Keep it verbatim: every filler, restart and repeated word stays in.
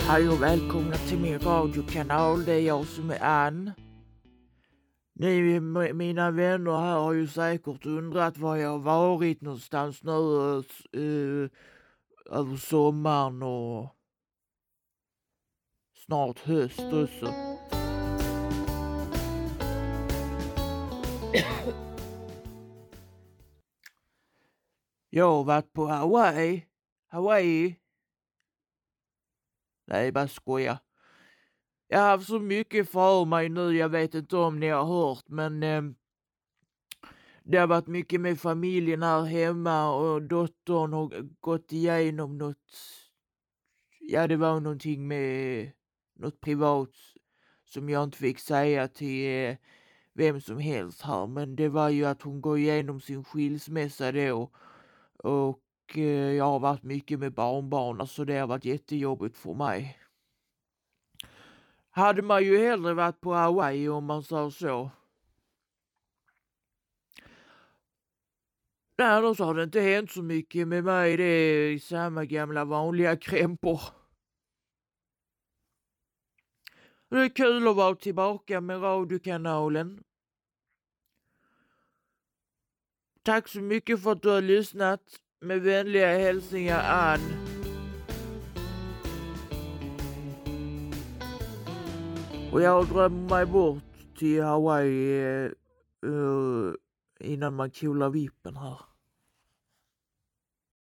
Hej och välkomna till min radiokanal. Det är jag som är Ann. Ni m- mina vänner här har ju säkert undrat var jag har varit någonstans nu uh, över sommaren och snart höst också. Jag har varit på Hawaii. Hawaii. Nej, bara skoja. Jag har haft så mycket för mig nu, jag vet inte om ni har hört, men eh, det har varit mycket med familjen här hemma och dottern har gått igenom något, ja det var någonting med något privat som jag inte fick säga till eh, vem som helst här, men det var ju att hon går igenom sin skilsmässa då och eh, jag har varit mycket med barnbarn, så det har varit jättejobbigt för mig. Hade man ju hellre varit på Hawaii om man sa så. Nej, annars har det inte hänt så mycket med mig. Det är samma gamla vanliga krämpor. Det är kul att vara tillbaka med radiokanalen. Tack så mycket för att du har lyssnat. Med vänliga hälsningar, Ann. Och jag drömmer mig bort till Hawaii uh, innan man coolar vippen här.